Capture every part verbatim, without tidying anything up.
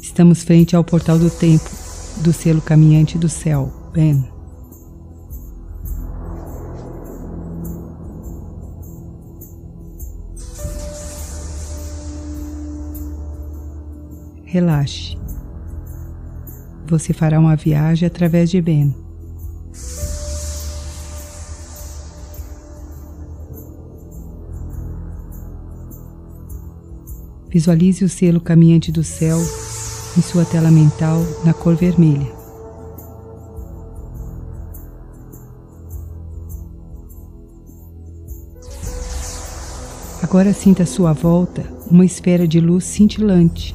Estamos frente ao portal do tempo, do selo caminhante do céu, Ben. Relaxe. Você fará uma viagem através de Ben. Visualize o selo caminhante do céu em sua tela mental na cor vermelha. Agora sinta à sua volta uma esfera de luz cintilante.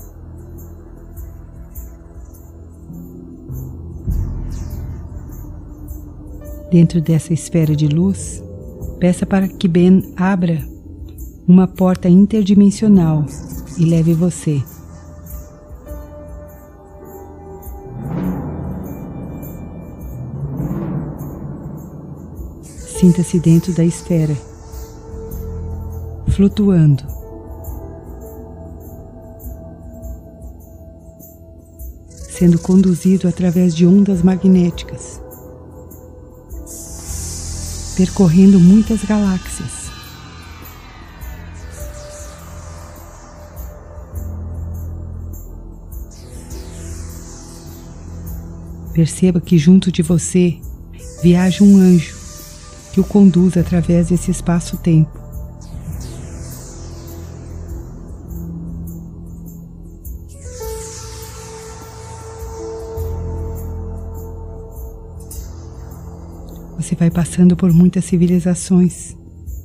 Dentro dessa esfera de luz, peça para que Ben abra uma porta interdimensional e leve você. Sinta-se dentro da esfera, flutuando. Sendo conduzido através de ondas magnéticas, percorrendo muitas galáxias. Perceba que junto de você viaja um anjo que o conduz através desse espaço-tempo. Você vai passando por muitas civilizações.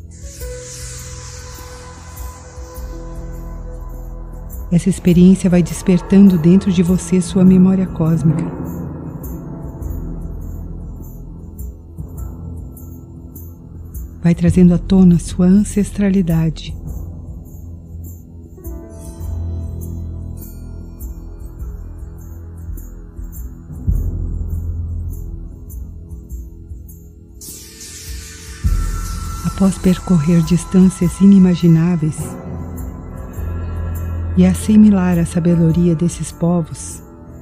Essa experiência vai despertando dentro de você sua memória cósmica. Vai trazendo à tona sua ancestralidade. Após percorrer distâncias inimagináveis e assimilar a sabedoria desses povos,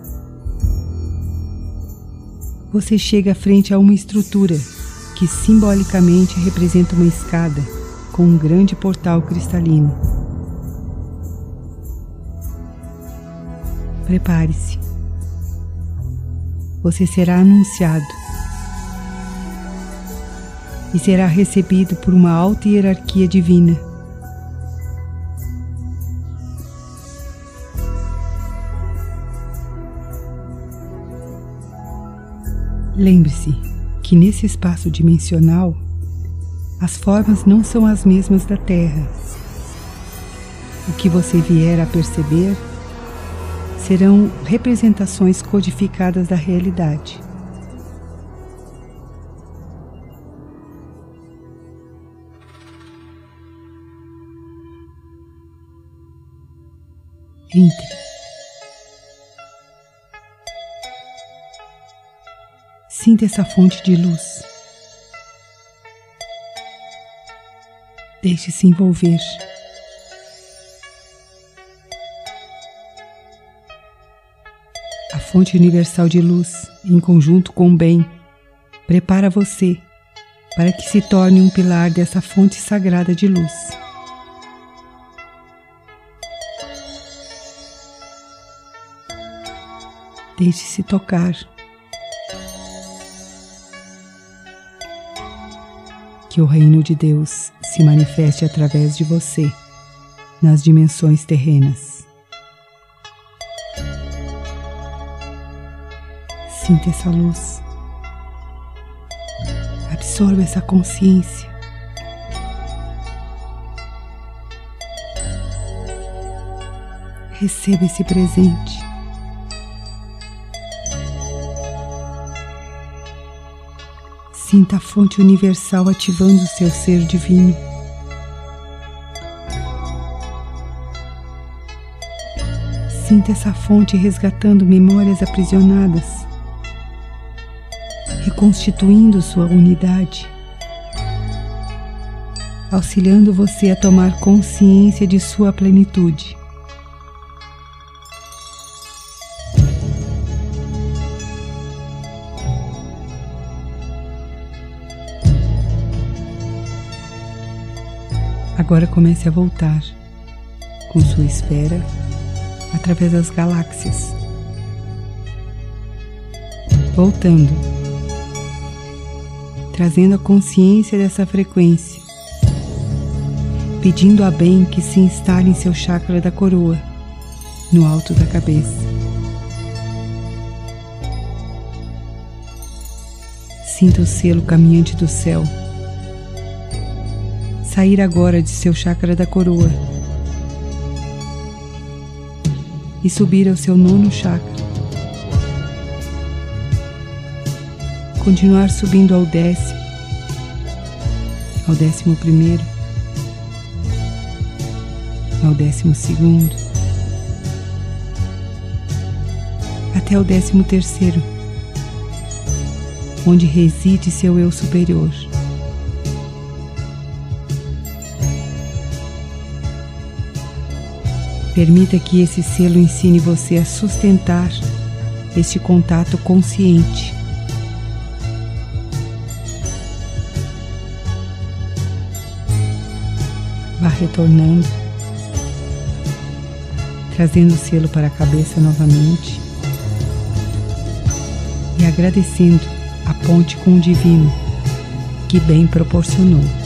você chega frente a uma estrutura que simbolicamente representa uma escada com um grande portal cristalino. Prepare-se. Você será anunciado e será recebido por uma alta hierarquia divina. Lembre-se que nesse espaço dimensional, as formas não são as mesmas da Terra. O que você vier a perceber serão representações codificadas da realidade. Entre. Sinta essa fonte de luz. Deixe-se envolver. A fonte universal de luz, em conjunto com o bem, prepara você para que se torne um pilar dessa fonte sagrada de luz. Deixe-se tocar. Que o reino de Deus se manifeste através de você nas dimensões terrenas. Sinta essa luz. Absorva essa consciência. Receba esse presente. Sinta a fonte universal ativando o seu ser divino. Sinta essa fonte resgatando memórias aprisionadas, reconstituindo sua unidade, auxiliando você a tomar consciência de sua plenitude. Agora comece a voltar com sua esfera através das galáxias, voltando, trazendo a consciência dessa frequência, pedindo a bem que se instale em seu chakra da coroa, no alto da cabeça. Sinta o selo caminhante do céu sair agora de seu chakra da coroa e subir ao seu nono chakra. Continuar subindo ao décimo, ao décimo primeiro, ao décimo segundo, até o décimo terceiro, onde reside seu eu superior. Permita que esse selo ensine você a sustentar este contato consciente. Vá retornando, trazendo o selo para a cabeça novamente e agradecendo a ponte com o divino que bem proporcionou.